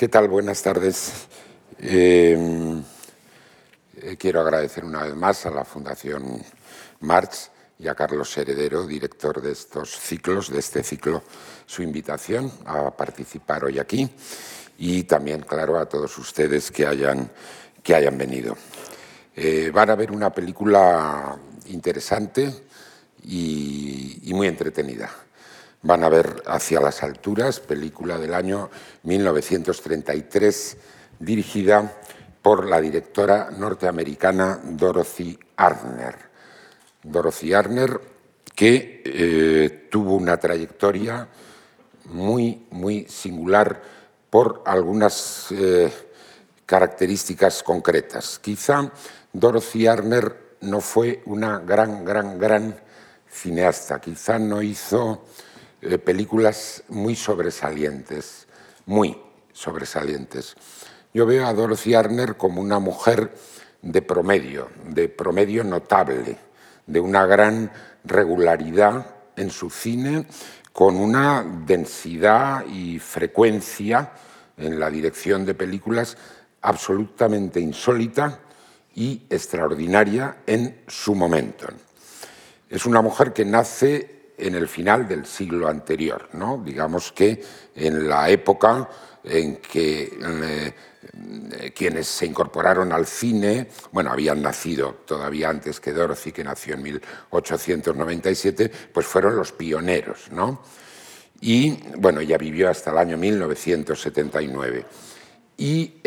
¿Qué tal? Buenas tardes. Quiero agradecer una vez más a la Fundación Marx y a Carlos Heredero, director de estos ciclos, de este ciclo, su invitación a participar hoy aquí y también, claro, a todos ustedes que hayan venido. Van a ver una película interesante y muy entretenida. Van a ver Hacia las alturas, película del año 1933, dirigida por la directora norteamericana Dorothy Arner. Dorothy Arner, que tuvo una trayectoria muy singular por algunas características concretas. Quizá Dorothy Arner no fue una gran cineasta, quizá no hizo películas muy sobresalientes. Yo veo a Dorothy Arner como una mujer de promedio notable, de una gran regularidad en su cine, con una densidad y frecuencia en la dirección de películas absolutamente insólita y extraordinaria en su momento. Es una mujer que nace en el final del siglo anterior, ¿no? Digamos que en la época en que quienes se incorporaron al cine, bueno, habían nacido todavía antes que Dorothy, que nació en 1897, pues fueron los pioneros, ¿no? Y, bueno, ella vivió hasta el año 1979. Y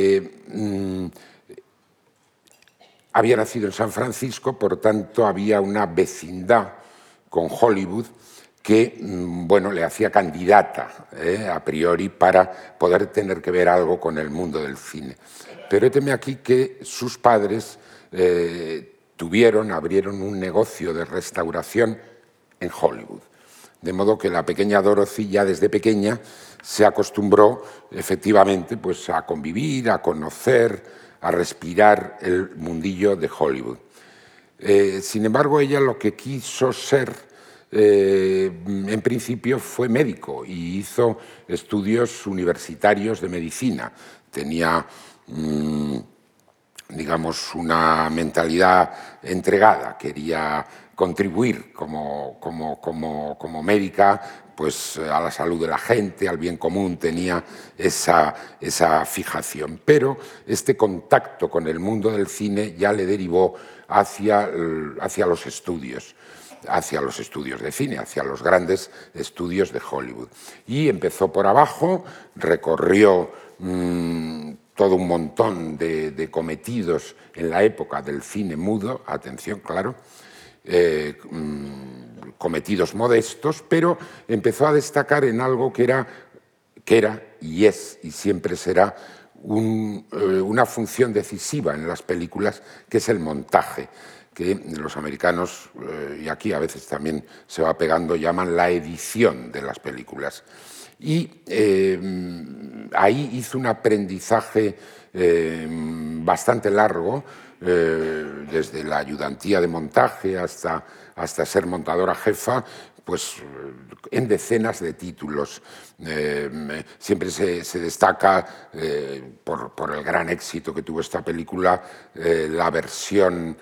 había nacido en San Francisco, por tanto había una vecindad con Hollywood que, bueno, le hacía candidata a priori para poder tener que ver algo con el mundo del cine. Pero héteme aquí que sus padres abrieron un negocio de restauración en Hollywood. De modo que la pequeña Dorothy ya desde pequeña se acostumbró efectivamente pues, a convivir, a conocer, a respirar el mundillo de Hollywood. Sin embargo, ella lo que quiso ser en principio fue médico y hizo estudios universitarios de medicina. Tenía, digamos, una mentalidad entregada, quería contribuir como médica pues, a la salud de la gente, al bien común, tenía esa fijación. Pero este contacto con el mundo del cine ya le derivó hacia los estudios de cine, hacia los grandes estudios de Hollywood. Y empezó por abajo, recorrió todo un montón de cometidos en la época del cine mudo, atención, claro, cometidos modestos, pero empezó a destacar en algo que era y es y siempre será una función decisiva en las películas, que es el montaje, que los americanos, y aquí a veces también se va pegando, llaman la edición de las películas. Y ahí hizo un aprendizaje bastante largo, desde la ayudantía de montaje hasta ser montadora jefa, pues en decenas de títulos. Siempre se destaca por el gran éxito que tuvo esta película, la versión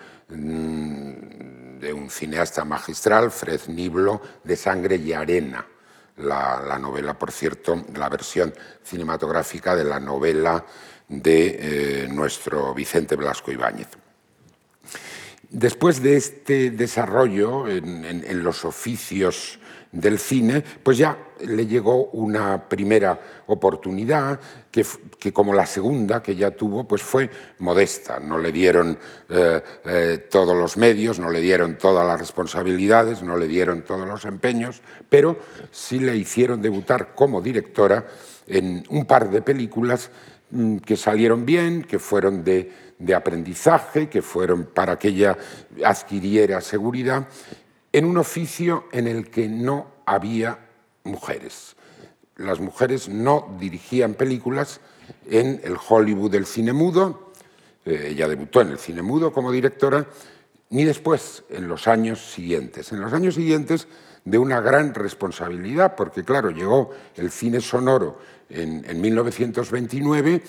de un cineasta magistral, Fred Niblo, de Sangre y arena. La novela, por cierto, la versión cinematográfica de la novela de nuestro Vicente Blasco Ibáñez. Después de este desarrollo en los oficios del cine, pues ya le llegó una primera oportunidad que como la segunda que ya tuvo, pues fue modesta. No le dieron todos los medios, no le dieron todas las responsabilidades, no le dieron todos los empeños, pero sí le hicieron debutar como directora en un par de películas que salieron bien, que fueron de aprendizaje, que fueron para que ella adquiriera seguridad, en un oficio en el que no había mujeres. Las mujeres no dirigían películas en el Hollywood del cine mudo. Ella debutó en el cine mudo como directora, ni después, en los años siguientes. En los años siguientes de una gran responsabilidad, porque claro, llegó el cine sonoro en 1929,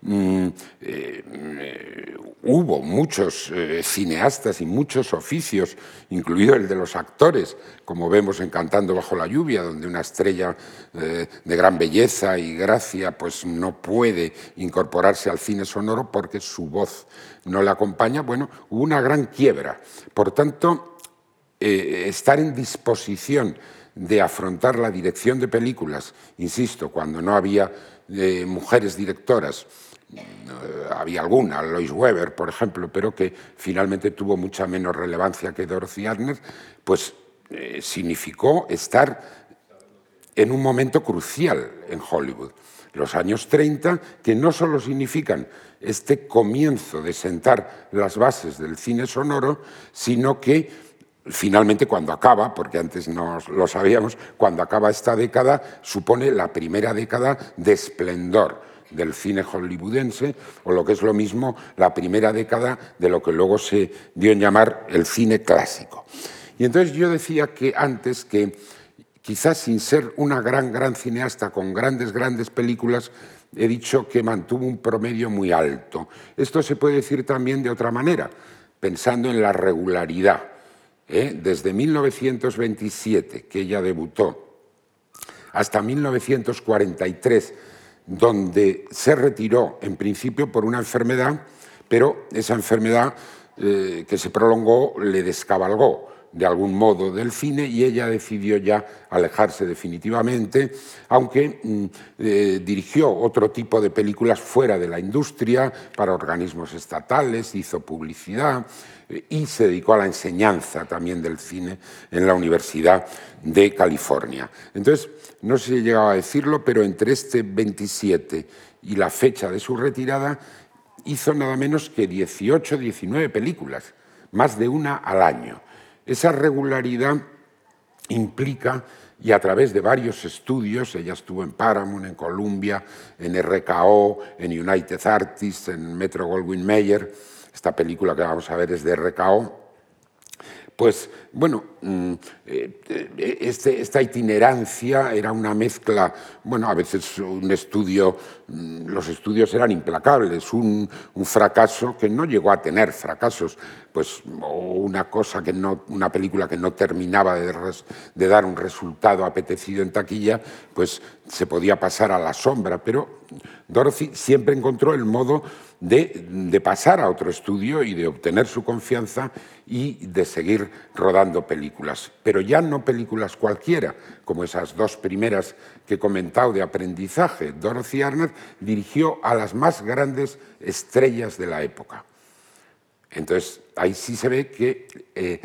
hubo muchos cineastas y muchos oficios, incluido el de los actores, como vemos en Cantando bajo la lluvia, donde una estrella de gran belleza y gracia pues no puede incorporarse al cine sonoro porque su voz no le acompaña. Bueno, hubo una gran quiebra. Por tanto, estar en disposición de afrontar la dirección de películas, insisto, cuando no había mujeres directoras, había alguna, Lois Weber, por ejemplo, pero que finalmente tuvo mucha menos relevancia que Dorothy Arner, pues significó estar en un momento crucial en Hollywood. Los años 30, que no solo significan este comienzo de sentar las bases del cine sonoro, sino que finalmente cuando acaba, porque antes no lo sabíamos, cuando acaba esta década supone la primera década de esplendor del cine hollywoodense, o lo que es lo mismo, la primera década de lo que luego se dio en llamar el cine clásico. Y entonces yo decía que antes que quizás sin ser una gran cineasta con grandes películas, he dicho que mantuvo un promedio muy alto. Esto se puede decir también de otra manera, pensando en la regularidad. Desde 1927, que ella debutó, hasta 1943, donde se retiró en principio por una enfermedad, pero esa enfermedad que se prolongó le descabalgó de algún modo del cine y ella decidió ya alejarse definitivamente, aunque dirigió otro tipo de películas fuera de la industria, para organismos estatales, hizo publicidad y se dedicó a la enseñanza también del cine en la Universidad de California. Entonces, no sé si he llegado a decirlo, pero entre este 27 y la fecha de su retirada hizo nada menos que 18, 19 películas, más de una al año. Esa regularidad implica, y a través de varios estudios, ella estuvo en Paramount, en Columbia, en RKO, en United Artists, en Metro-Goldwyn-Mayer, esta película que vamos a ver es de RKO, pues bueno, esta itinerancia era una mezcla, bueno, a veces un estudio, los estudios eran implacables, un fracaso que no llegó a tener fracasos, pues o una cosa que no, una película que no terminaba de dar un resultado apetecido en taquilla, pues se podía pasar a la sombra, pero Dorothy siempre encontró el modo de pasar a otro estudio y de obtener su confianza y de seguir rodando películas. Pero ya no películas cualquiera, como esas dos primeras que he comentado de aprendizaje. Dorothy Arner dirigió a las más grandes estrellas de la época. Entonces, ahí sí se ve que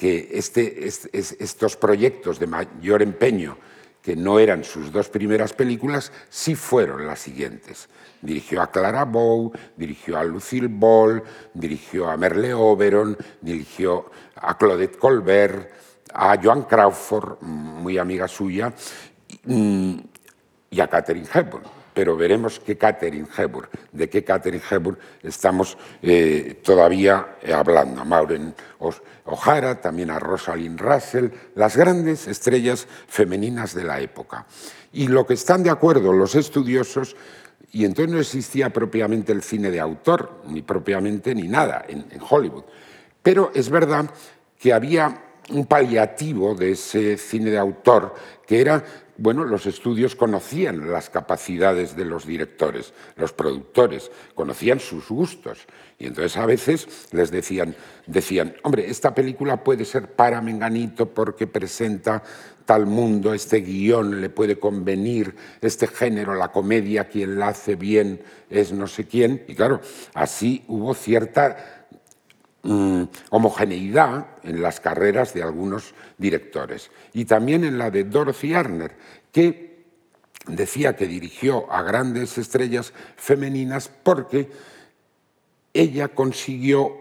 estos proyectos de mayor empeño, que no eran sus dos primeras películas, sí fueron las siguientes. Dirigió a Clara Bow, dirigió a Lucille Ball, dirigió a Merle Oberon, dirigió a Claudette Colbert, a Joan Crawford, muy amiga suya, y a Katharine Hepburn. Pero veremos qué Katharine Hepburn, de qué Katharine Hepburn estamos todavía hablando. A Maureen O'Hara, también a Rosalind Russell, las grandes estrellas femeninas de la época. Y lo que están de acuerdo los estudiosos, y entonces no existía propiamente el cine de autor, ni propiamente ni nada en Hollywood. Pero es verdad que había un paliativo de ese cine de autor que era, bueno, los estudios conocían las capacidades de los directores, los productores, conocían sus gustos. Y entonces a veces les decían, hombre, esta película puede ser para Menganito porque presenta tal mundo, este guión le puede convenir, este género, la comedia, quien la hace bien es no sé quién. Y claro, así hubo cierta homogeneidad en las carreras de algunos directores. Y también en la de Dorothy Arner, que decía que dirigió a grandes estrellas femeninas porque ella consiguió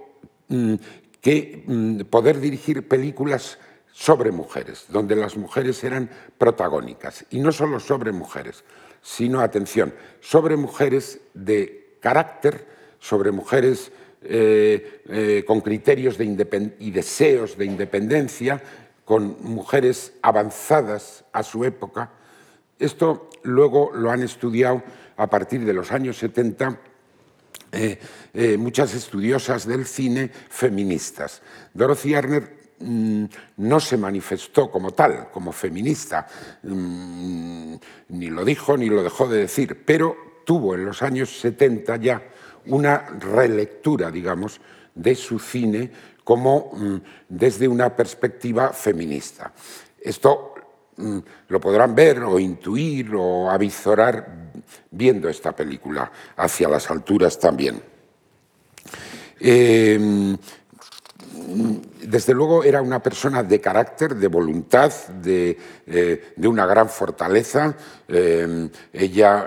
poder dirigir películas sobre mujeres, donde las mujeres eran protagónicas. Y no solo sobre mujeres, sino, atención, sobre mujeres de carácter, sobre mujeres con criterios y deseos de independencia, con mujeres avanzadas a su época. Esto luego lo han estudiado a partir de los años 70 muchas estudiosas del cine feministas. Dorothy Arner no se manifestó como tal, como feminista, ni lo dijo ni lo dejó de decir, pero tuvo en los años 70 ya una relectura, digamos, de su cine como desde una perspectiva feminista. Esto lo podrán ver o intuir o avizorar viendo esta película, Hacia las alturas también. Desde luego era una persona de carácter, de voluntad, de una gran fortaleza. Ella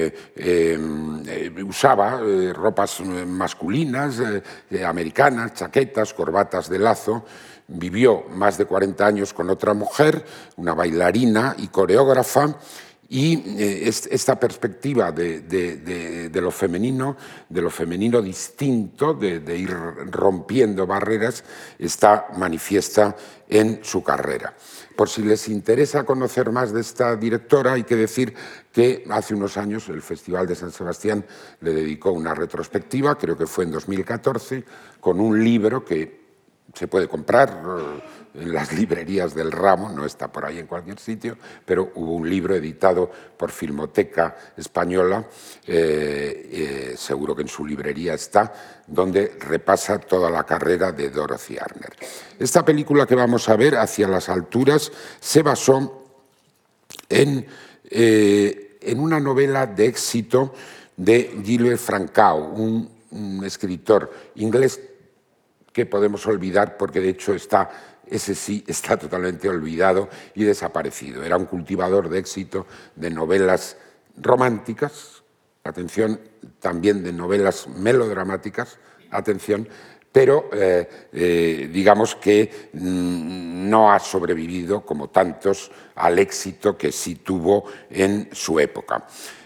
usaba ropas masculinas, americanas, chaquetas, corbatas de lazo. Vivió más de 40 años con otra mujer, una bailarina y coreógrafa. Y esta perspectiva de lo femenino distinto, de ir rompiendo barreras, está manifiesta en su carrera. Por si les interesa conocer más de esta directora, hay que decir que hace unos años el Festival de San Sebastián le dedicó una retrospectiva, creo que fue en 2014, con un libro que se puede comprar en las librerías del ramo, no está por ahí en cualquier sitio, pero hubo un libro editado por Filmoteca Española, seguro que en su librería está, donde repasa toda la carrera de Dorothy Arner. Esta película que vamos a ver, Hacia las alturas, se basó en una novela de éxito de Gilbert Francau, un escritor inglés que podemos olvidar porque de hecho ese sí está totalmente olvidado y desaparecido. Era un cultivador de éxito de novelas románticas, atención, también de novelas melodramáticas, atención, pero digamos que no ha sobrevivido, como tantos, al éxito que sí tuvo en su época.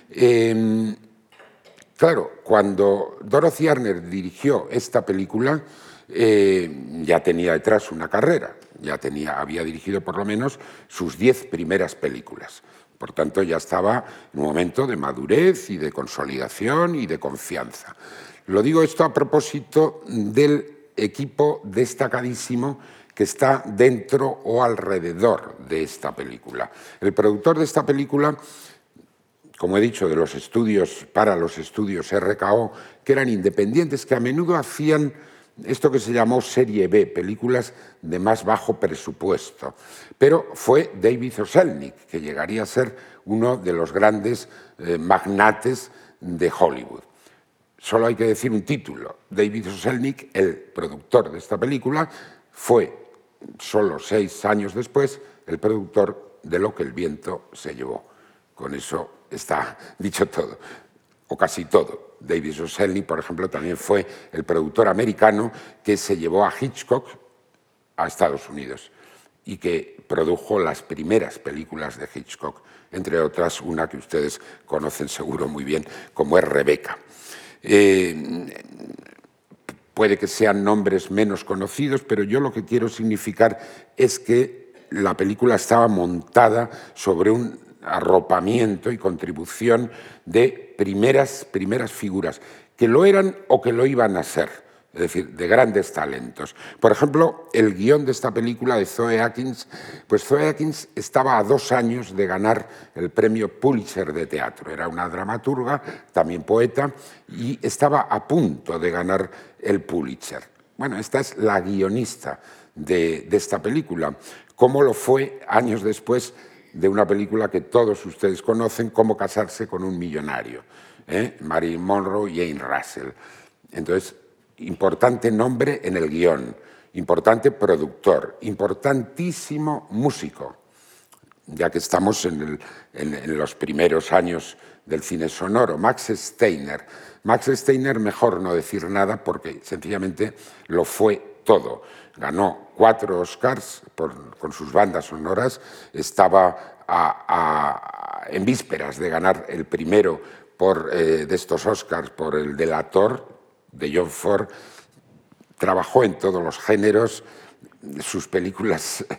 Claro, cuando Dorothy Arner dirigió esta película, ya tenía detrás una carrera, había dirigido por lo menos sus 10 primeras películas. Por tanto, ya estaba en un momento de madurez y de consolidación y de confianza. Lo digo esto a propósito del equipo destacadísimo que está dentro o alrededor de esta película. El productor de esta película, como he dicho, de los estudios, para los estudios RKO, que eran independientes, que a menudo hacían esto que se llamó serie B, películas de más bajo presupuesto. Pero fue David O. Selznick, que llegaría a ser uno de los grandes magnates de Hollywood. Solo hay que decir un título. David O. Selznick, el productor de esta película, fue, solo 6 años después, el productor de Lo que el viento se llevó. Con eso está dicho todo, o casi todo. David O. Selznick, por ejemplo, también fue el productor americano que se llevó a Hitchcock a Estados Unidos y que produjo las primeras películas de Hitchcock, entre otras una que ustedes conocen seguro muy bien, como es Rebecca. Puede que sean nombres menos conocidos, pero yo lo que quiero significar es que la película estaba montada sobre un arropamiento y contribución de primeras figuras, que lo eran o que lo iban a ser, es decir, de grandes talentos. Por ejemplo, el guión de esta película de Zoe Akins, pues Zoe Akins estaba a 2 años de ganar el premio Pulitzer de teatro. Era una dramaturga, también poeta, y estaba a punto de ganar el Pulitzer. Bueno, esta es la guionista de esta película, como lo fue años después de una película que todos ustedes conocen, Cómo casarse con un millonario, Marilyn Monroe y Jane Russell. Entonces, importante nombre en el guión, importante productor, importantísimo músico, ya que estamos en los primeros años del cine sonoro. Max Steiner. Max Steiner, mejor no decir nada porque sencillamente lo fue todo. Ganó 4 Oscars con sus bandas sonoras, estaba en vísperas de ganar el primero de estos Oscars por el Delator, de John Ford. Trabajó en todos los géneros, sus películas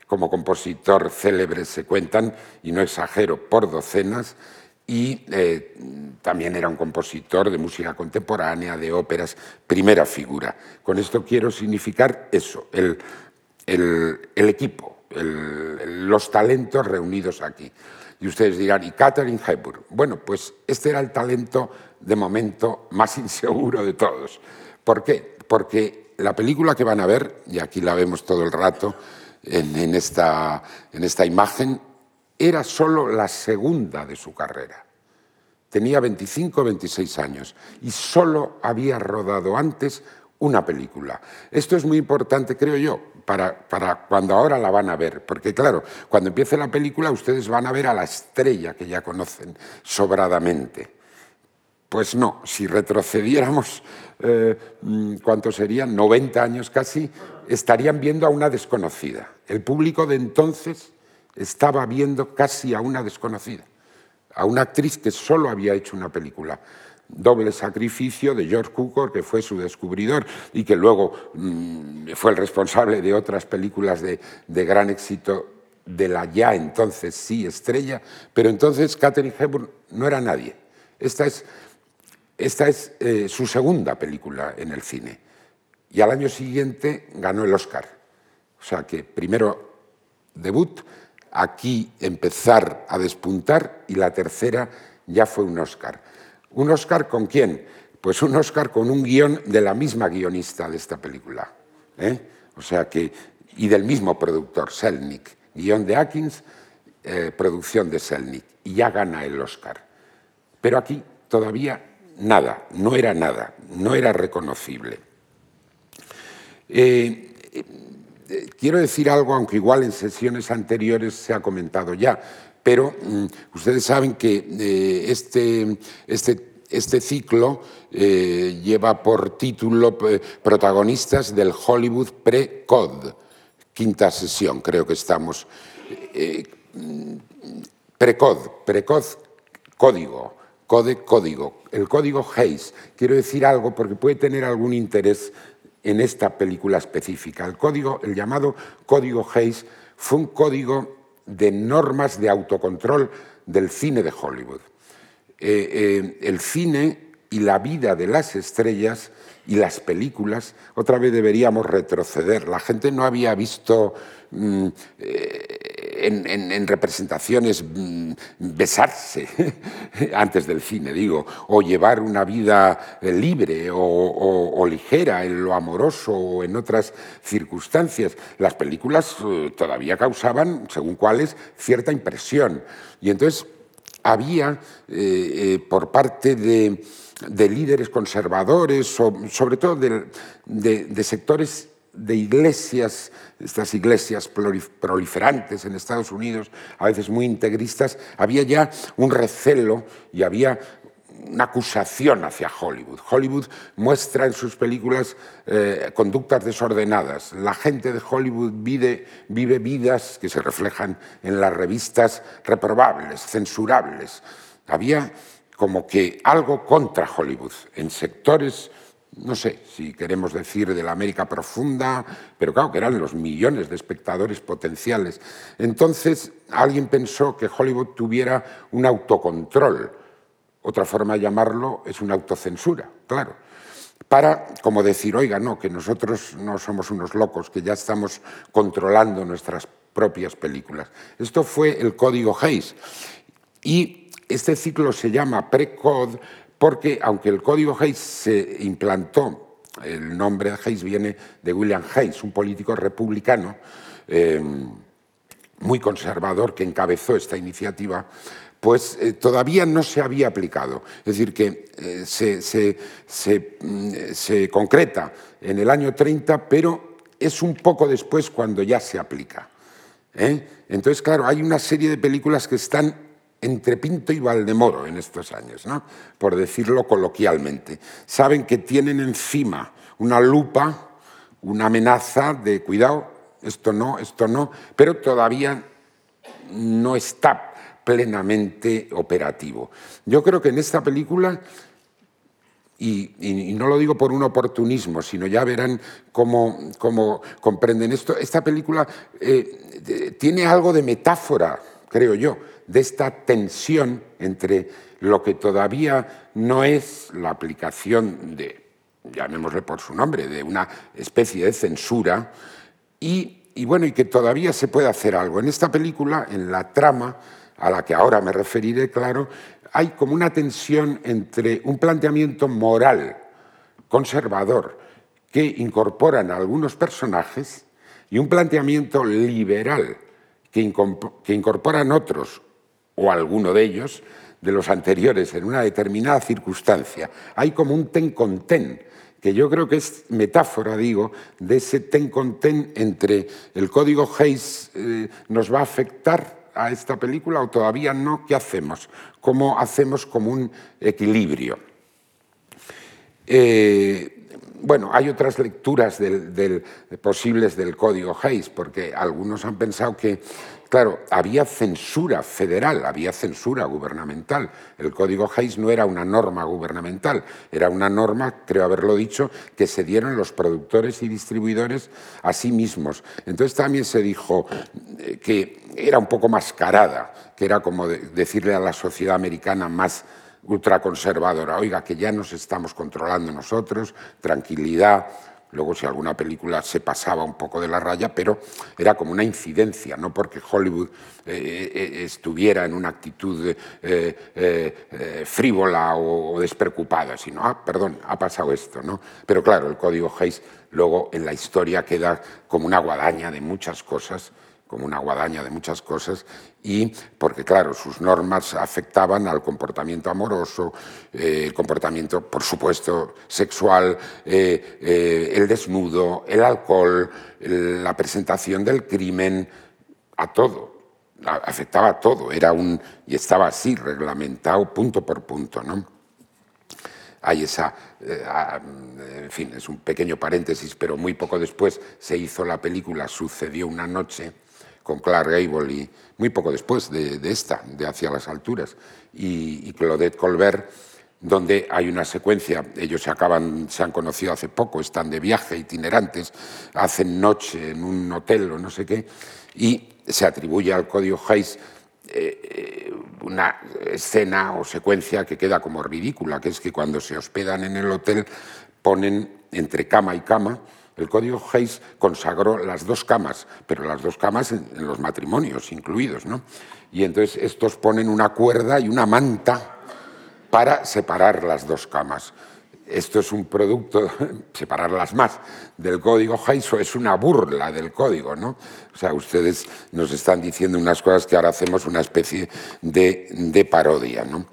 como compositor célebre se cuentan, y no exagero, por docenas, y también era un compositor de música contemporánea, de óperas, primera figura. Con esto quiero significar eso, el equipo, los talentos reunidos aquí. Y ustedes dirán, ¿y Katharine Hepburn? Bueno, pues este era el talento, de momento, más inseguro de todos. ¿Por qué? Porque la película que van a ver, y aquí la vemos todo el rato en esta imagen, era solo la segunda de su carrera. Tenía 25 o 26 años y solo había rodado antes una película. Esto es muy importante, creo yo, para cuando ahora la van a ver, porque claro, cuando empiece la película ustedes van a ver a la estrella que ya conocen sobradamente. Pues no, si retrocediéramos, ¿cuántos serían? 90 años casi, estarían viendo a una desconocida. El público de entonces estaba viendo casi a una desconocida, a una actriz que solo había hecho una película. Doble Sacrificio, de George Cukor, que fue su descubridor y que luego fue el responsable de otras películas de gran éxito de la ya entonces sí estrella, pero entonces Katharine Hepburn no era nadie. Esta es su segunda película en el cine y al año siguiente ganó el Oscar. O sea que primero debut, aquí empezar a despuntar y la tercera ya fue un Oscar. ¿Un Oscar con quién? Pues un Oscar con un guión de la misma guionista de esta película. O sea que, y del mismo productor, Selnick. Guión de Atkins, producción de Selnick. Y ya gana el Oscar. Pero aquí todavía nada, no era reconocible. Quiero decir algo, aunque igual en sesiones anteriores se ha comentado ya, pero ustedes saben que este ciclo lleva por título Protagonistas del Hollywood pre-Code, quinta sesión, creo que estamos. Pre-Code, código, código, el código Hays. Quiero decir algo porque puede tener algún interés en esta película específica. El llamado código Hays fue un código de normas de autocontrol del cine de Hollywood. El cine y la vida de las estrellas y las películas, otra vez deberíamos retroceder. La gente no había visto en representaciones besarse antes del cine, digo, o llevar una vida libre o ligera en lo amoroso o en otras circunstancias. Las películas todavía causaban, según cuáles, cierta impresión. Y entonces había, por parte de líderes conservadores, sobre todo de sectores de iglesias, estas iglesias proliferantes en Estados Unidos, a veces muy integristas, había ya un recelo y había una acusación hacia Hollywood. Hollywood muestra en sus películas conductas desordenadas. La gente de Hollywood vive vidas que se reflejan en las revistas reprobables, censurables. Había como que algo contra Hollywood en sectores, no sé si queremos decir de la América profunda, pero claro que eran los millones de espectadores potenciales. Entonces alguien pensó que Hollywood tuviera un autocontrol. Otra forma de llamarlo es una autocensura, claro. Para, como decir, oiga, no, que nosotros no somos unos locos, que ya estamos controlando nuestras propias películas. Esto fue el código Hays. Y este ciclo se llama Pre-Code porque, aunque el código Hays se implantó, el nombre de Hays viene de William Hays, un político republicano muy conservador que encabezó esta iniciativa, pues todavía no se había aplicado. Es decir, que se concreta en el año 30, pero es un poco después cuando ya se aplica. Entonces, claro, hay una serie de películas que están entre Pinto y Valdemoro en estos años, ¿no? Por decirlo coloquialmente. Saben que tienen encima una lupa, una amenaza de cuidado, esto no, pero todavía no está plenamente operativo. Yo creo que en esta película Y no lo digo por un oportunismo, sino ya verán cómo comprenden esto. Esta película tiene algo de metáfora, creo yo, de esta tensión entre lo que todavía no es la aplicación de, llamémosle por su nombre, de una especie de censura y bueno, y que todavía se puede hacer algo. En esta película, en la trama, a la que ahora me referiré, claro, hay como una tensión entre un planteamiento moral conservador que incorporan algunos personajes y un planteamiento liberal que incorporan otros o alguno de ellos de los anteriores en una determinada circunstancia. Hay como un ten con ten, que yo creo que es metáfora, digo, de ese ten con ten entre el código Hays nos va a afectar a esta película o todavía no. ¿Qué hacemos? ¿Cómo hacemos como un equilibrio? Bueno, hay otras lecturas posibles del código Hays, porque algunos han pensado que, claro, había censura federal, había censura gubernamental. El código Hays no era una norma gubernamental, era una norma, creo haberlo dicho, que se dieron los productores y distribuidores a sí mismos. Entonces también se dijo que era un poco mascarada, que era como decirle a la sociedad americana más ultraconservadora, oiga, que ya nos estamos controlando nosotros, tranquilidad. Luego, si alguna película se pasaba un poco de la raya, pero era como una incidencia, no porque Hollywood estuviera en una actitud frívola o despreocupada, sino, perdón, ha pasado esto, ¿no? Pero claro, el código Hays luego en la historia queda como una guadaña de muchas cosas, y porque, claro, sus normas afectaban al comportamiento amoroso, el comportamiento, por supuesto, sexual, el desnudo, el alcohol, la presentación del crimen, a todo, afectaba a todo, y estaba así reglamentado punto por punto, ¿no? Hay esa, en fin, es un pequeño paréntesis, pero muy poco después se hizo la película Sucedió una noche, con Clark Gable, y muy poco después de esta, de Hacia las alturas, y Claudette Colbert, donde hay una secuencia, ellos se han conocido hace poco, están de viaje, itinerantes, hacen noche en un hotel o no sé qué, y se atribuye al código Hays una escena o secuencia que queda como ridícula, que es que cuando se hospedan en el hotel ponen entre cama y cama. El código Hays consagró las dos camas, pero las dos camas en los matrimonios incluidos, ¿no? Y entonces estos ponen una cuerda y una manta para separar las dos camas. Esto es un producto, separarlas más, del código Hays, o es una burla del código, ¿no? O sea, ustedes nos están diciendo unas cosas que ahora hacemos una especie de parodia, ¿no?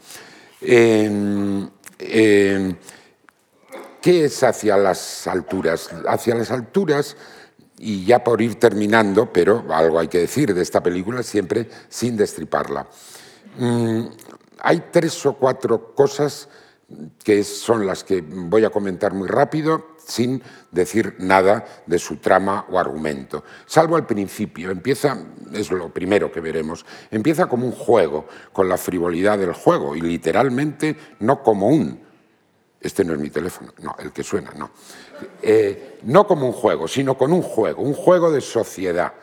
¿Qué es Hacia las alturas? Hacia las alturas, y ya por ir terminando, pero algo hay que decir de esta película, siempre sin destriparla. Hay 3 o 4 cosas que son las que voy a comentar muy rápido, sin decir nada de su trama o argumento. Salvo al principio, es lo primero que veremos, empieza como un juego, con la frivolidad del juego, y literalmente no como este no es mi teléfono, no, el que suena, no. No como un juego, sino con un juego de sociedad.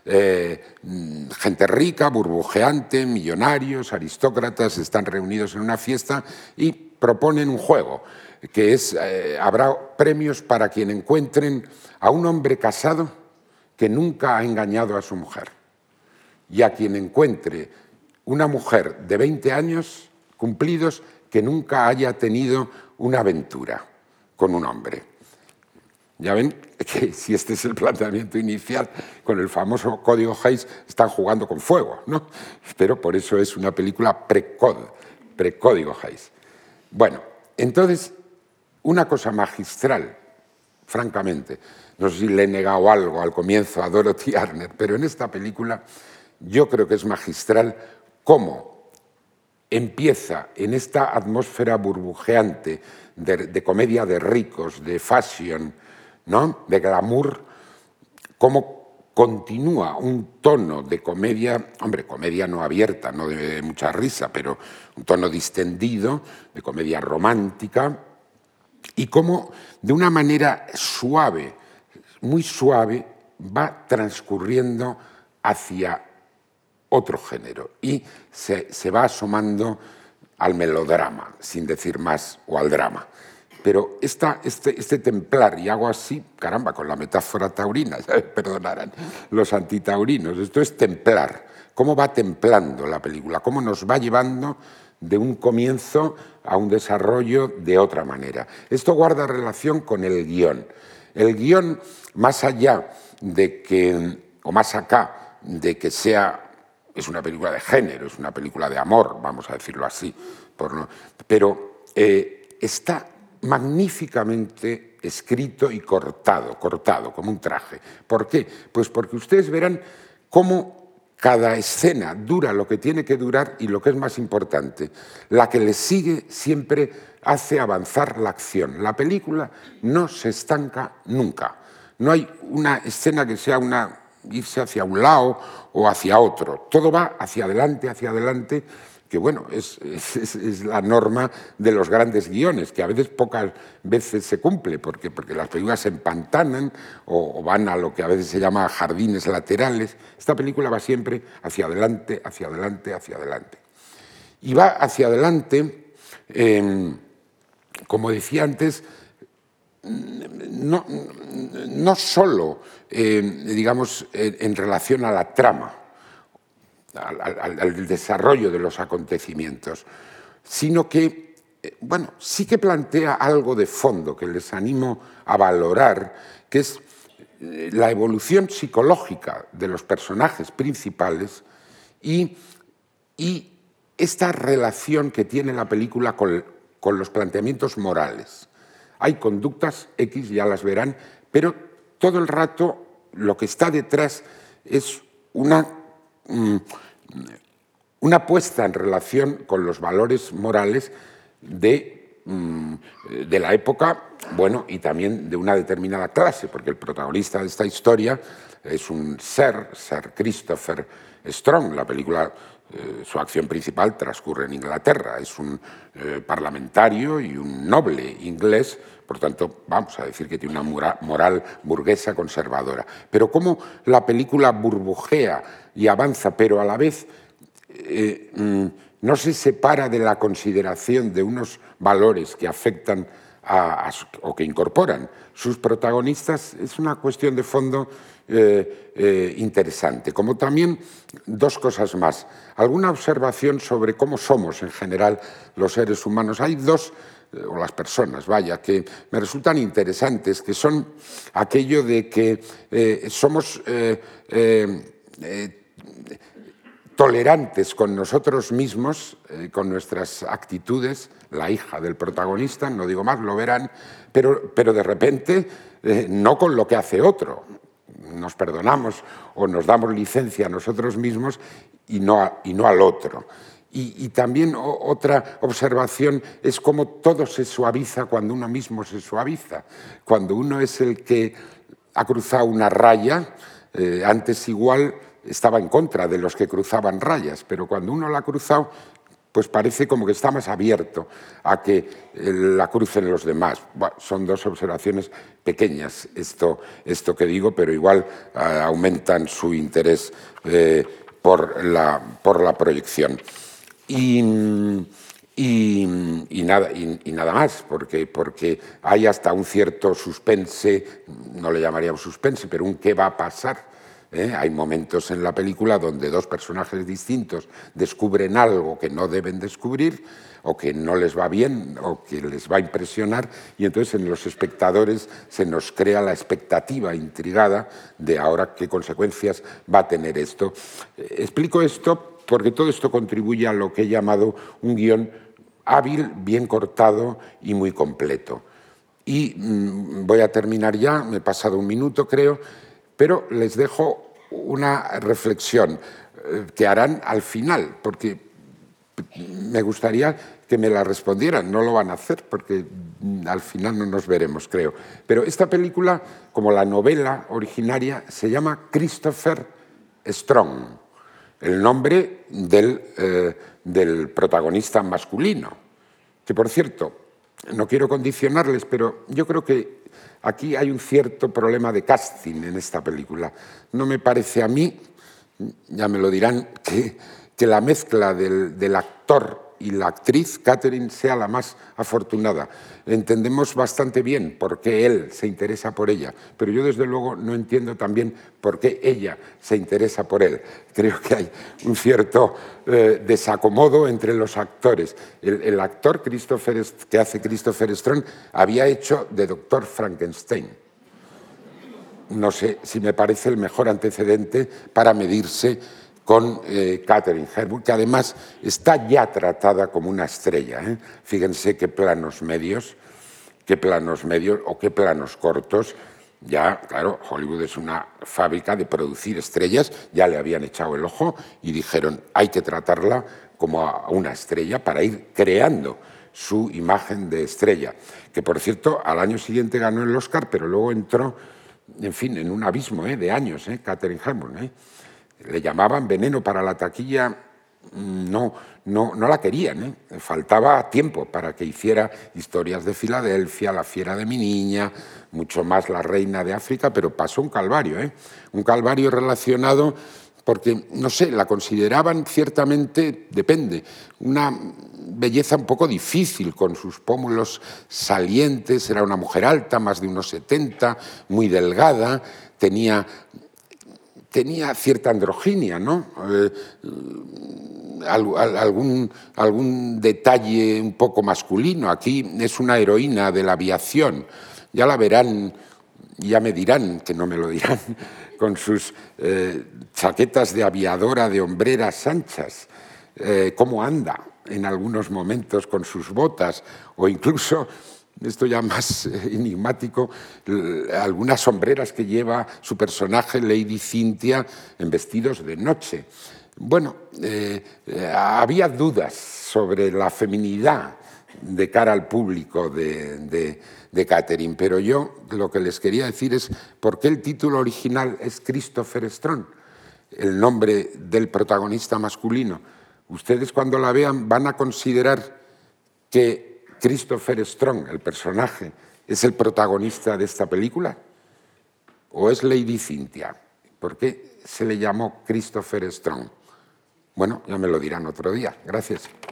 Gente rica, burbujeante, millonarios, aristócratas, están reunidos en una fiesta y proponen un juego, que es, habrá premios para quien encuentren a un hombre casado que nunca ha engañado a su mujer, y a quien encuentre una mujer de 20 años cumplidos que nunca haya tenido una aventura con un hombre. Ya ven que si este es el planteamiento inicial, con el famoso código Hays están jugando con fuego, ¿no? Pero por eso es una película precódigo Hays. Bueno, entonces, una cosa magistral, francamente, no sé si le he negado algo al comienzo a Dorothy Arner, pero en esta película yo creo que es magistral cómo empieza en esta atmósfera burbujeante de comedia de ricos, de fashion, ¿no?, de glamour, cómo continúa un tono de comedia, hombre, comedia no abierta, no de mucha risa, pero un tono distendido, de comedia romántica, y cómo de una manera suave, muy suave, va transcurriendo hacia otro género y se va asomando al melodrama, sin decir más, o al drama. Pero este templar, y hago así, caramba, con la metáfora taurina, perdonarán los antitaurinos, esto es templar. ¿Cómo va templando la película? ¿Cómo nos va llevando de un comienzo a un desarrollo de otra manera? Esto guarda relación con el guión. El guión, más allá de que, o más acá, de que es una película de género, es una película de amor, vamos a decirlo así, pero está magníficamente escrito y cortado como un traje. ¿Por qué? Pues porque ustedes verán cómo cada escena dura lo que tiene que durar y lo que es más importante, la que le sigue siempre hace avanzar la acción. La película no se estanca nunca. No hay una escena que sea irse hacia un lado o hacia otro. Todo va hacia adelante, que bueno, es la norma de los grandes guiones, que a veces pocas veces se cumple, porque las películas se empantanan o van a lo que a veces se llama jardines laterales. Esta película va siempre hacia adelante. Y va hacia adelante, como decía antes, no solo, digamos, en relación a la trama, al desarrollo de los acontecimientos, sino que, bueno, sí que plantea algo de fondo que les animo a valorar, que es la evolución psicológica de los personajes principales y esta relación que tiene la película con los planteamientos morales. Hay conductas X, ya las verán, pero todo el rato lo que está detrás es una puesta en relación con los valores morales de la época, bueno, y también de una determinada clase, porque el protagonista de esta historia es un Sir Christopher Strong. La película, su acción principal transcurre en Inglaterra. Es un parlamentario y un noble inglés, por tanto, vamos a decir que tiene una moral burguesa conservadora. Pero cómo la película burbujea y avanza, pero a la vez no se separa de la consideración de unos valores que afectan o que incorporan sus protagonistas, es una cuestión de fondo interesante. Como también dos cosas más. Alguna observación sobre cómo somos en general los seres humanos. Hay dos, o las personas, vaya, que me resultan interesantes, que son aquello de que somos tolerantes con nosotros mismos, con nuestras actitudes. La hija del protagonista, no digo más, lo verán, pero de repente no con lo que hace otro. Nos perdonamos o nos damos licencia a nosotros mismos y no al otro. Y también otra observación es cómo todo se suaviza cuando uno mismo se suaviza. Cuando uno es el que ha cruzado una raya, antes igual estaba en contra de los que cruzaban rayas, pero cuando uno la ha cruzado, pues parece como que está más abierto a que la crucen los demás. Bueno, son dos observaciones pequeñas esto que digo, pero igual aumentan su interés por la proyección. Y nada más, porque hay hasta un cierto suspense, no le llamaríamos suspense, pero un qué va a pasar. Hay momentos en la película donde dos personajes distintos descubren algo que no deben descubrir, o que no les va bien, o que les va a impresionar, y entonces en los espectadores se nos crea la expectativa intrigada de ahora qué consecuencias va a tener esto. Explico esto porque todo esto contribuye a lo que he llamado un guión hábil, bien cortado y muy completo. Y voy a terminar ya, me he pasado un minuto creo, pero les dejo una reflexión que harán al final, porque me gustaría que me la respondieran. No lo van a hacer porque al final no nos veremos, creo. Pero esta película, como la novela originaria, se llama Christopher Strong, el nombre del protagonista masculino, que por cierto no quiero condicionarles, pero yo creo que aquí hay un cierto problema de casting en esta película. No me parece a mí, ya me lo dirán, que la mezcla del actor y la actriz, Catherine, sea la más afortunada. Entendemos bastante bien por qué él se interesa por ella, pero yo desde luego no entiendo también por qué ella se interesa por él. Creo que hay un cierto desacomodo entre los actores. El actor que hace Christopher Strong había hecho de Dr. Frankenstein. No sé si me parece el mejor antecedente para medirse con Katharine Hepburn, que además está ya tratada como una estrella. Fíjense qué planos medios o qué planos cortos. Ya, claro, Hollywood es una fábrica de producir estrellas, ya le habían echado el ojo y dijeron, hay que tratarla como a una estrella para ir creando su imagen de estrella, que por cierto al año siguiente ganó el Oscar, pero luego entró, en fin, en un abismo de años, Katharine Hepburn. Le llamaban veneno para la taquilla, no la querían, faltaba tiempo para que hiciera Historias de Filadelfia, La fiera de mi niña, mucho más La reina de África, pero pasó un calvario relacionado porque, no sé, la consideraban ciertamente, depende, una belleza un poco difícil, con sus pómulos salientes, era una mujer alta, más de unos 70, muy delgada, tenía cierta androginia, ¿no? Algún detalle un poco masculino. Aquí es una heroína de la aviación. Ya la verán, ya me dirán, que no me lo dirán, con sus chaquetas de aviadora de hombreras anchas, cómo anda en algunos momentos con sus botas, o incluso, esto ya más enigmático, algunas sombreras que lleva su personaje Lady Cynthia en vestidos de noche. Bueno, había dudas sobre la feminidad de cara al público de Catherine, pero yo lo que les quería decir es por qué el título original es Christopher Strong, el nombre del protagonista masculino. Ustedes cuando la vean van a considerar que Christopher Strong, el personaje, es el protagonista de esta película, ¿o es Lady Cynthia? ¿Por qué se le llamó Christopher Strong? Bueno, ya me lo dirán otro día. Gracias.